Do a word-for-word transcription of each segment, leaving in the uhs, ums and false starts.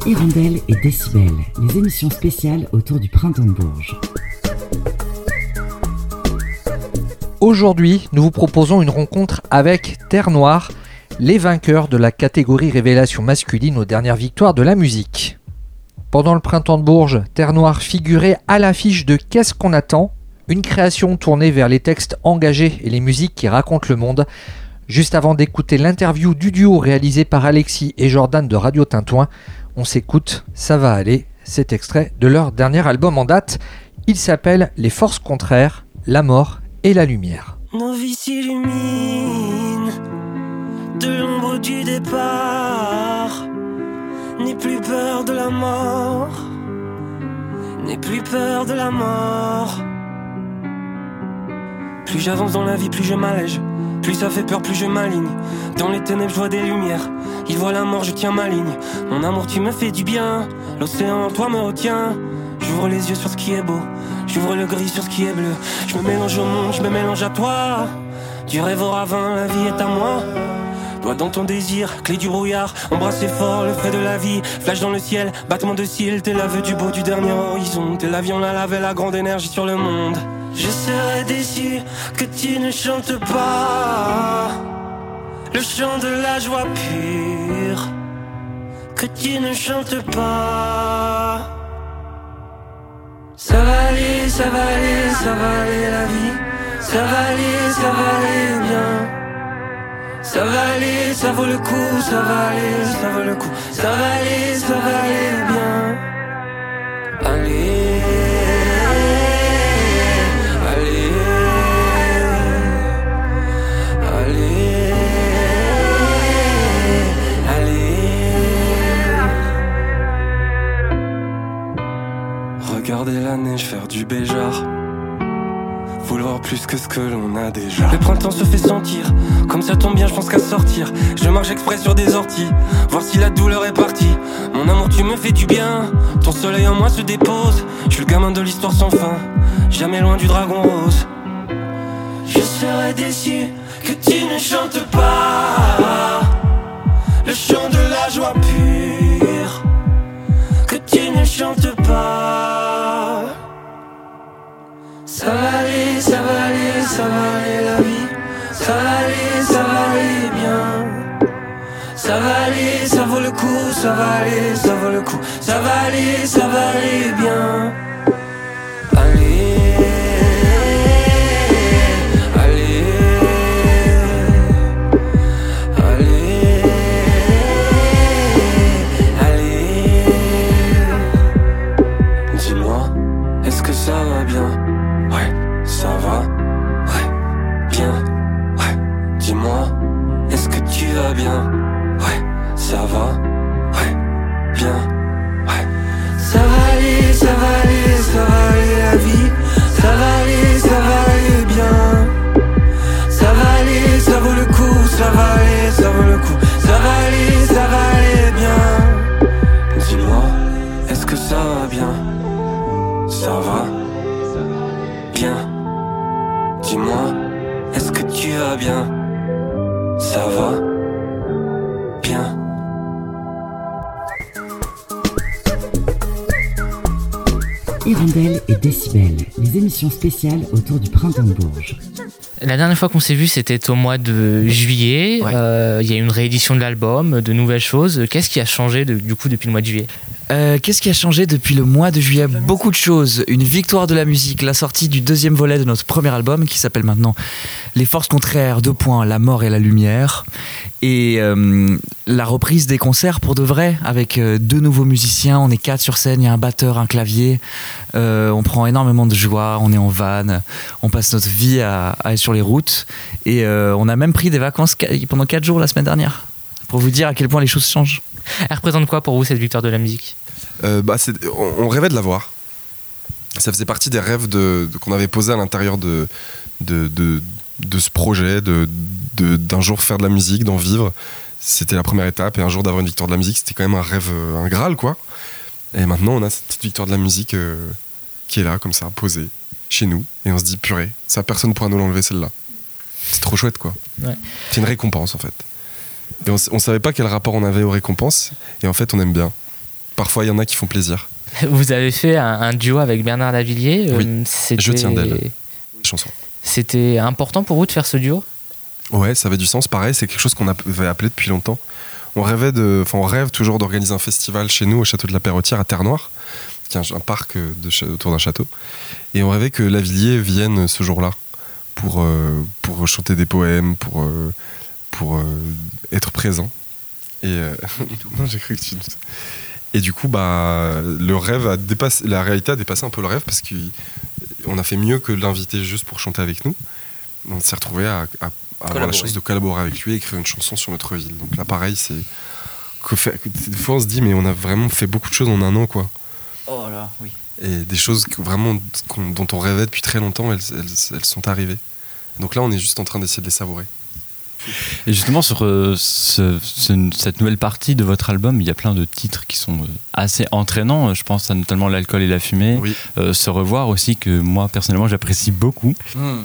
Hirondelle et Décibel, les émissions spéciales autour du printemps de Bourges. Aujourd'hui, nous vous proposons une rencontre avec Terre Noire, les vainqueurs de la catégorie révélation masculine aux dernières victoires de la musique. Pendant le printemps de Bourges, Terre Noire figurait à l'affiche de Qu'est-ce qu'on attend ? Une création tournée vers les textes engagés et les musiques qui racontent le monde. Juste avant d'écouter l'interview du duo réalisé par Alexis et Jordan de Radio Tintouin, on s'écoute Ça va aller, cet extrait de leur dernier album en date. Il s'appelle Les forces contraires, la mort et la lumière. Nos vies s'illuminent de l'ombre du départ. N'aie plus peur de la mort, n'aie plus peur de la mort. Plus j'avance dans la vie, plus je m'allège. Plus ça fait peur, plus je m'aligne. Dans les ténèbres, je vois des lumières. Ils voient la mort, je tiens ma ligne. Mon amour, tu me fais du bien. L'océan, toi, me retient. J'ouvre les yeux sur ce qui est beau. J'ouvre le gris sur ce qui est bleu. Je me mélange au monde, je me mélange à toi. Du rêve au ravin, la vie est à moi. Doigt dans ton désir, clé du brouillard. Embrasser fort le frais de la vie. Flash dans le ciel, battement de cils. T'es l'aveu du beau du dernier horizon. T'es l'avion, la lave et la grande énergie sur le monde. Je serais déçu que tu ne chantes pas le chant de la joie pure, que tu ne chantes pas. Ça va aller, ça va aller, ça va aller la vie. Ça va aller, ça va aller bien. Ça va aller, ça vaut le coup, ça va aller, ça vaut le coup. Ça va aller, ça va aller bien. Allez. Regarder la neige faire du béjar, vouloir plus que ce que l'on a déjà. Le printemps se fait sentir, comme ça tombe bien je pense qu'à sortir. Je marche exprès sur des orties, voir si la douleur est partie. Mon amour tu me fais du bien, ton soleil en moi se dépose. Je suis le gamin de l'histoire sans fin, jamais loin du dragon rose. Je serais déçu que tu ne chantes pas le chant de la joie pure, que tu ne chantes pas. Ça va aller, ça va aller, ça va aller la vie. Ça va aller, ça va aller bien. Ça va aller, ça vaut le coup, ça va aller, ça vaut le coup. Ça va aller, ça va aller bien. Allez, allez, allez, allez. Dis-moi, est-ce que ça va bien? Ouais, ça va, ouais, bien, ouais. Dis-moi, est-ce que tu vas bien? Ouais, ça va, ouais, bien, ouais. Ça va aller, ça va aller, ça va aller la vie. Ça va aller, ça va aller bien. Ça va aller, ça vaut le coup, ça va aller, ça vaut le coup. Ça va aller, ça va aller bien. Dis-moi, est-ce que ça va bien? Ça va bien. Dis-moi, est-ce que tu vas bien? Ça va bien. Hirondelle et Décibel, les émissions spéciales autour du printemps de Bourges. La dernière fois qu'on s'est vu, c'était au mois de juillet. Il ouais. euh, y a eu une réédition de l'album, de nouvelles choses. Qu'est-ce qui a changé de, du coup depuis le mois de juillet ? Euh, qu'est-ce qui a changé depuis le mois de juillet ? Beaucoup de choses. Une victoire de la musique, la sortie du deuxième volet de notre premier album qui s'appelle maintenant Les forces contraires, deux points, la mort et la lumière. Et euh, la reprise des concerts pour de vrai avec euh, deux nouveaux musiciens. On est quatre sur scène, il y a un batteur, un clavier. Euh, on prend énormément de joie, on est en van, on passe notre vie à, à être sur les routes. Et euh, on a même pris des vacances pendant quatre jours la semaine dernière pour vous dire à quel point les choses changent. Elle représente quoi pour vous cette victoire de la musique ? Euh, bah c'est, on, on rêvait de l'avoir. Ça faisait partie des rêves de, de, qu'on avait posés à l'intérieur de, de, de, de ce projet, de, de, d'un jour faire de la musique, d'en vivre. C'était la première étape, et un jour d'avoir une victoire de la musique, c'était quand même un rêve, un graal, quoi. Et maintenant, on a cette petite victoire de la musique euh, qui est là, comme ça, posée, chez nous, et on se dit, purée, ça, personne ne pourra nous l'enlever, celle-là. C'est trop chouette, quoi. Ouais. C'est une récompense, en fait. Et on, on savait pas quel rapport on avait aux récompenses, et en fait, on aime bien. parfois il y en a qui font plaisir. Vous avez fait un, un duo avec Bernard Lavillier. Oui, euh, c'était... Je tiens d'elle, chanson. C'était important pour vous de faire ce duo ? Ouais, ça avait du sens. Pareil, c'est quelque chose qu'on avait appelé depuis longtemps. On rêvait de, enfin, on rêve toujours d'organiser un festival chez nous au château de la Perrotière à Terre-Noire, qui est un, un parc de, autour d'un château. Et on rêvait que Lavillier vienne ce jour-là pour, euh, pour chanter des poèmes, pour, euh, pour euh, être présent. Et euh... non, j'ai cru que tu... Et du coup, bah, le rêve a dépassé, la réalité a dépassé un peu le rêve parce qu'on a fait mieux que l'inviter juste pour chanter avec nous. On s'est retrouvé à, à, à avoir la chance de collaborer avec lui et écrire une chanson sur notre ville. Donc là, pareil, c'est que fait, des fois on se dit mais on a vraiment fait beaucoup de choses en un an, quoi. Oh là, oui. Et des choses que vraiment qu'on, dont on rêvait depuis très longtemps, elles, elles, elles sont arrivées. Donc là, on est juste en train d'essayer de les savourer. Et justement, sur euh, ce, ce, cette nouvelle partie de votre album, il y a plein de titres qui sont assez entraînants. Je pense à notamment L'alcool et la fumée, oui. euh, Se revoir aussi, que moi, personnellement, j'apprécie beaucoup. Mmh.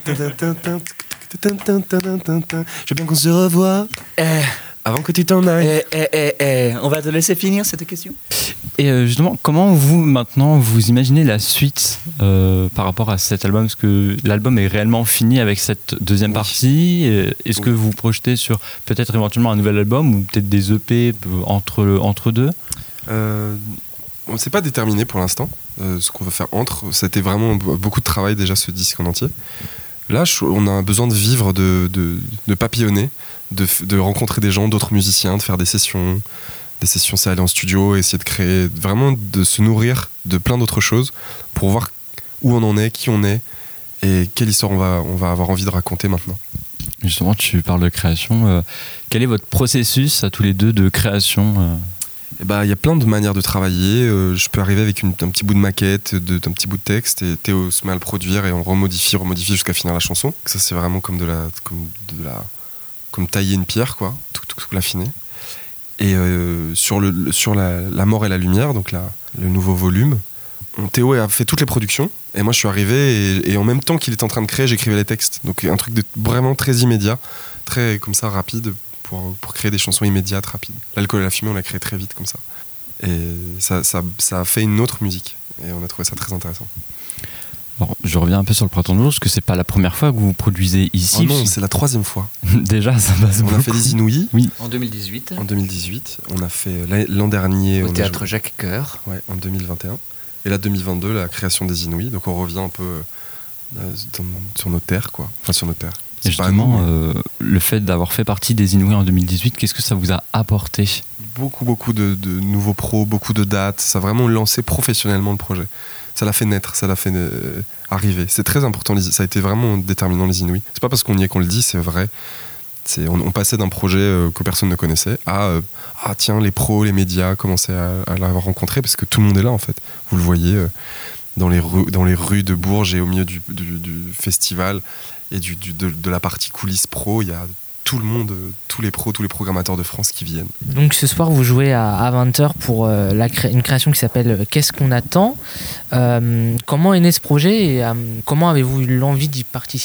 Je veux bien qu'on se revoie. Eh. Avant que tu t'en ailles. Eh, eh, eh, eh. On va te laisser finir cette question. Et euh, justement, comment vous, maintenant, vous imaginez la suite euh, par rapport à cet album ? Parce que l'album est réellement fini avec cette deuxième oui. partie. Est-ce oui. que vous projetez sur peut-être éventuellement un nouvel album ou peut-être des E P entre, entre deux ? euh, On ne s'est pas déterminé pour l'instant euh, ce qu'on veut faire entre. C'était vraiment beaucoup de travail déjà, ce disque en entier. Là, on a besoin de vivre, de, de, de papillonner, de, de rencontrer des gens, d'autres musiciens, de faire des sessions. Des sessions, c'est aller en studio, essayer de créer, vraiment de se nourrir de plein d'autres choses pour voir où on en est, qui on est et quelle histoire on va, on va avoir envie de raconter maintenant. Justement, tu parles de création. Euh, quel est votre processus à tous les deux de création euh Eh bah, y a plein de manières de travailler. Euh, je peux arriver avec une, un petit bout de maquette, de, d'un petit bout de texte, et Théo se met à le produire et on remodifie, remodifie jusqu'à finir la chanson. Ça, c'est vraiment comme de la, comme de la, comme tailler une pierre, quoi, tout, tout, tout l'affiner. Et euh, sur, le, sur la, la mort et la lumière, donc la, le nouveau volume, on, Théo a fait toutes les productions et moi je suis arrivé et, et en même temps qu'il était en train de créer, j'écrivais les textes. Donc un truc de vraiment très immédiat, très comme ça rapide pour, pour créer des chansons immédiates, rapides. L'alcool et la fumée, on l'a créé très vite comme ça. Et ça, ça, ça a fait une autre musique et on a trouvé ça très intéressant. Alors, je reviens un peu sur le Printemps de Bourges, parce que c'est pas la première fois que vous produisez ici. Oh non, c'est la troisième fois. Déjà, ça passe beaucoup. On a fait les Inouïs. Oui. En deux mille dix-huit. En deux mille dix-huit. On a fait l'an dernier. Au on théâtre joué... Jacques Coeur. Ouais, en deux mille vingt et un. Et là, deux mille vingt-deux, la création des Inouïs. Donc on revient un peu euh, dans, sur nos terres, quoi. Enfin, sur nos terres. Et justement, nous, euh, le fait d'avoir fait partie des Inouïs en deux mille dix-huit, qu'est-ce que ça vous a apporté ? Beaucoup, beaucoup de, de nouveaux pros, beaucoup de dates. Ça a vraiment lancé professionnellement le projet. Ça l'a fait naître, ça l'a fait euh, arriver. C'est très important, ça a été vraiment déterminant, les Inouïs. C'est pas parce qu'on y est qu'on le dit, c'est vrai. C'est, on, on passait d'un projet euh, que personne ne connaissait à euh, ah tiens, les pros, les médias commençaient à, à la rencontrer parce que tout le monde est là en fait. Vous le voyez euh, dans, les rues, dans les rues de Bourges et au milieu du, du, du festival et du, du, de, de la partie coulisses pro, il y a tout le monde, tous les pros, tous les programmateurs de France qui viennent. Donc ce soir, vous jouez à, à vingt heures pour euh, la cré- une création qui s'appelle « Qu'est-ce qu'on attend ?» euh, Comment est né ce projet et euh, comment avez-vous eu l'envie d'y participer ?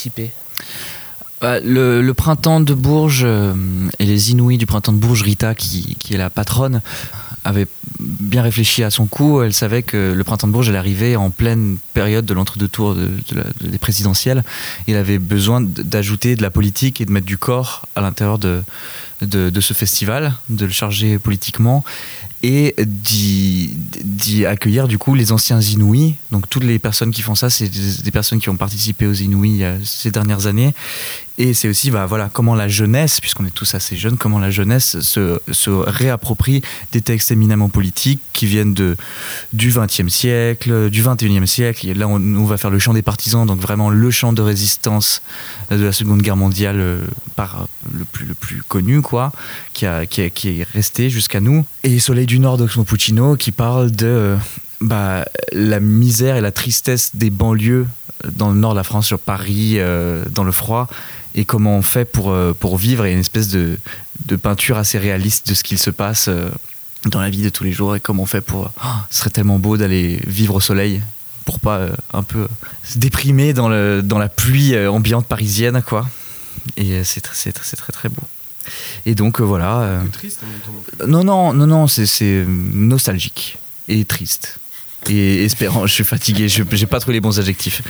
Bah, le, le Printemps de Bourges euh, et les Inouïs du Printemps de Bourges, Rita, qui, qui est la patronne, avait bien réfléchi à son coup. Elle savait que le Printemps de Bourges allait arriver en pleine période de l'entre-deux tours de, de la, de, des présidentielles. Il avait besoin d'ajouter de la politique et de mettre du corps à l'intérieur de, de, de ce festival, de le charger politiquement et d'y, d'y accueillir du coup les anciens Inouïs. Donc toutes les personnes qui font ça, c'est des, des personnes qui ont participé aux Inouïs euh, ces dernières années. Et c'est aussi bah, voilà, comment la jeunesse, puisqu'on est tous assez jeunes, comment la jeunesse se, se réapproprie des textes éminemment politiques qui viennent de, du vingtième siècle, du vingt et unième siècle. Et là, on, on va faire le chant des partisans, donc vraiment le chant de résistance de la Seconde Guerre mondiale euh, par le plus, le plus connu, quoi, qui, a, qui, a, qui est resté jusqu'à nous. Et Soleil du Nord d'Oxmo Puccino qui parle de euh, bah, la misère et la tristesse des banlieues dans le nord de la France, sur Paris, euh, dans le froid, et comment on fait pour, euh, pour vivre, et une espèce de, de peinture assez réaliste de ce qu'il se passe euh, dans la vie de tous les jours, et comment on fait pour... Oh, ce serait tellement beau d'aller vivre au soleil, pour pas euh, un peu se déprimer dans, le, dans la pluie euh, ambiante parisienne, quoi. Et euh, c'est, c'est, c'est très très beau. Et donc euh, voilà. euh, Triste, en même temps, non plus. Non, non, non, non, c'est, c'est nostalgique et triste et espérant. Je suis fatigué, je, j'ai pas trouvé les bons adjectifs.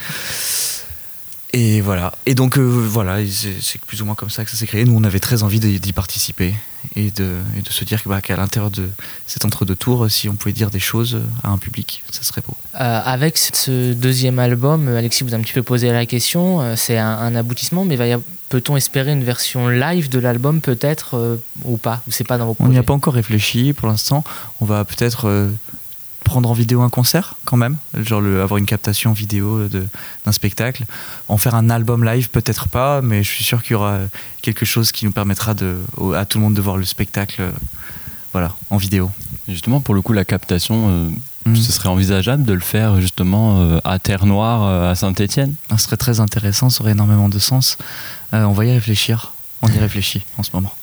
Et voilà. Et donc euh, voilà, c'est, c'est plus ou moins comme ça que ça s'est créé. Nous, on avait très envie d'y, d'y participer et de, et de se dire que, bah, qu'à l'intérieur de cet entre-deux tours, si on pouvait dire des choses à un public, ça serait beau. Euh, avec ce deuxième album, Alexis vous a un petit peu posé la question, euh, c'est un, un aboutissement, mais va y avoir- peut-on espérer une version live de l'album peut-être euh, ou pas? Ou c'est pas dans vos On projets? n'y a pas encore réfléchi pour l'instant. On va peut-être euh, prendre en vidéo un concert quand même, genre le, avoir une captation vidéo de, d'un spectacle. En faire un album live, peut-être pas, mais je suis sûr qu'il y aura quelque chose qui nous permettra de, au- à tout le monde de voir le spectacle euh, voilà, en vidéo. Et justement, pour le coup, la captation, euh, Mhm. ce serait envisageable de le faire justement euh, à Terre-Noire, euh, à Saint-Étienne. Ça serait très intéressant, ça aurait énormément de sens. Euh, on va y réfléchir. On y réfléchit en ce moment.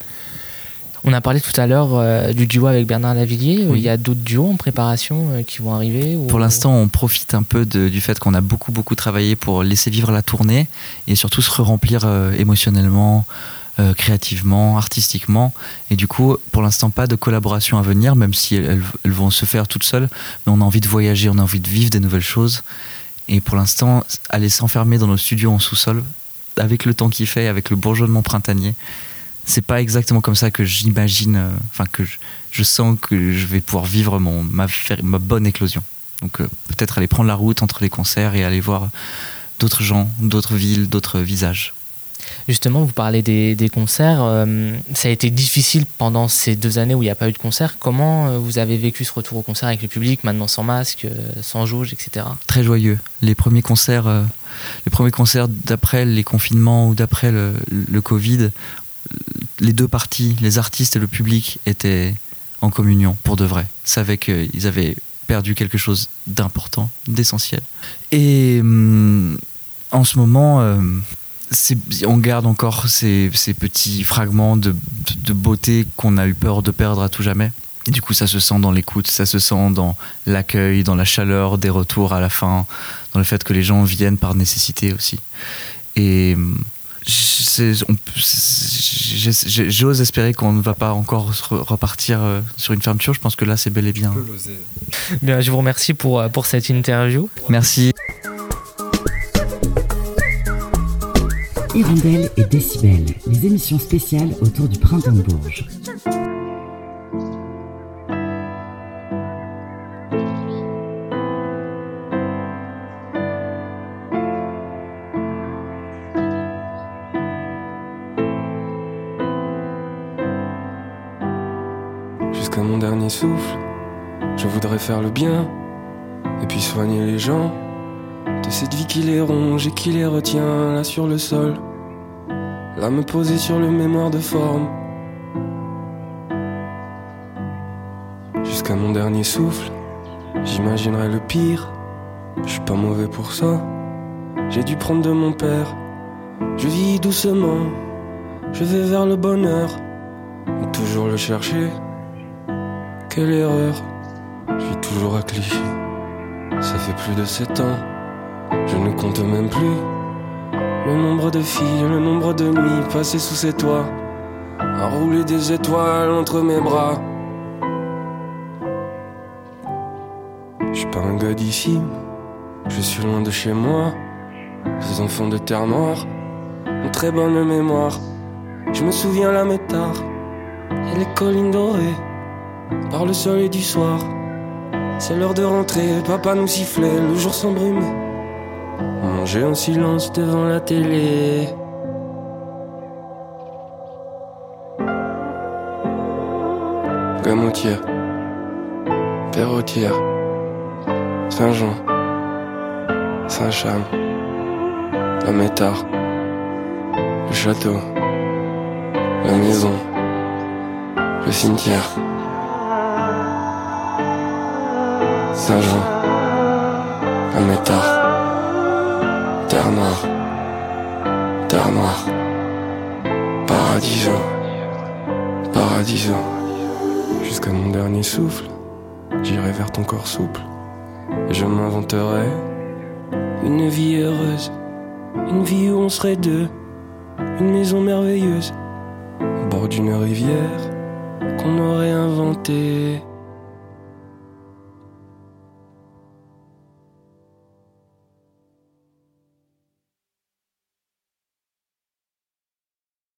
On a parlé tout à l'heure euh, du duo avec Bernard Lavillier. Oui. Il y a d'autres duos en préparation euh, qui vont arriver ou... Pour l'instant, on profite un peu de- du fait qu'on a beaucoup, beaucoup travaillé pour laisser vivre la tournée et surtout se remplir euh, émotionnellement, euh, créativement, artistiquement. Et du coup, pour l'instant, pas de collaboration à venir, même si elles, elles- elles vont se faire toutes seules. Mais on a envie de voyager, on a envie de vivre des nouvelles choses. Et pour l'instant, aller s'enfermer dans nos studios en sous-sol, avec le temps qu'il fait, avec le bourgeonnement printanier, c'est pas exactement comme ça que j'imagine, euh, enfin que je, je sens que je vais pouvoir vivre mon, ma, fer- ma bonne éclosion. Donc euh, peut-être aller prendre la route entre les concerts et aller voir d'autres gens, d'autres villes, d'autres visages. Justement, vous parlez des, des concerts. euh, ça a été difficile pendant ces deux années où il n'y a pas eu de concert. Comment euh, vous avez vécu ce retour au concert avec le public, maintenant sans masque, euh, sans jauge, et cetera. Très joyeux. Les premiers concerts, euh, les premiers concerts d'après les confinements ou d'après le, le Covid, les deux parties, les artistes et le public, étaient en communion pour de vrai. Ils savaient qu'ils avaient perdu quelque chose d'important, d'essentiel. Et hum, en ce moment, euh, c'est, on garde encore ces, ces petits fragments de, de, de beauté qu'on a eu peur de perdre à tout jamais. Et du coup, ça se sent dans l'écoute, ça se sent dans l'accueil, dans la chaleur des retours à la fin, dans le fait que les gens viennent par nécessité aussi. Et hum, c'est, on, c'est, j'ai- j'ose espérer qu'on ne va pas encore se re- repartir euh, sur une fermeture. Je pense que là, c'est bel et bien. On peut l'oser. Bien, je vous remercie pour, euh, pour cette interview. Merci. Hirondelle et Décibel, les émissions spéciales autour du printemps de Bourges. Jusqu'à mon dernier souffle, je voudrais faire le bien et puis soigner les gens de cette vie qui les ronge et qui les retient là sur le sol. Là me poser sur le mémoire de forme. Jusqu'à mon dernier souffle, j'imaginerai le pire. Je suis pas mauvais pour ça. J'ai dû prendre de mon père. Je vis doucement, je vais vers le bonheur, mais toujours le chercher. Quelle erreur, je vis toujours à Clichy. Ça fait plus de sept ans, je ne compte même plus le nombre de filles, le nombre de nuits passées sous ces toits, à rouler des étoiles entre mes bras. Je suis pas un gars d'ici, je suis loin de chez moi. Les enfants de terre noire ont très bonne mémoire. Je me souviens la métard et les collines dorées par le soleil du soir. C'est l'heure de rentrer, papa nous sifflait, le jour s'embrumait. On mangeait en silence devant la télé. Gamotière, Perrotière, Saint-Jean, Saint-Cham, la métard, le château, la maison, le cimetière, Saint-Jean, la métard, terre noire, terre noire, paradiso, paradiso. Jusqu'à mon dernier souffle, j'irai vers ton corps souple et je m'inventerai une vie heureuse, une vie où on serait deux, une maison merveilleuse, au bord d'une rivière qu'on aurait inventée.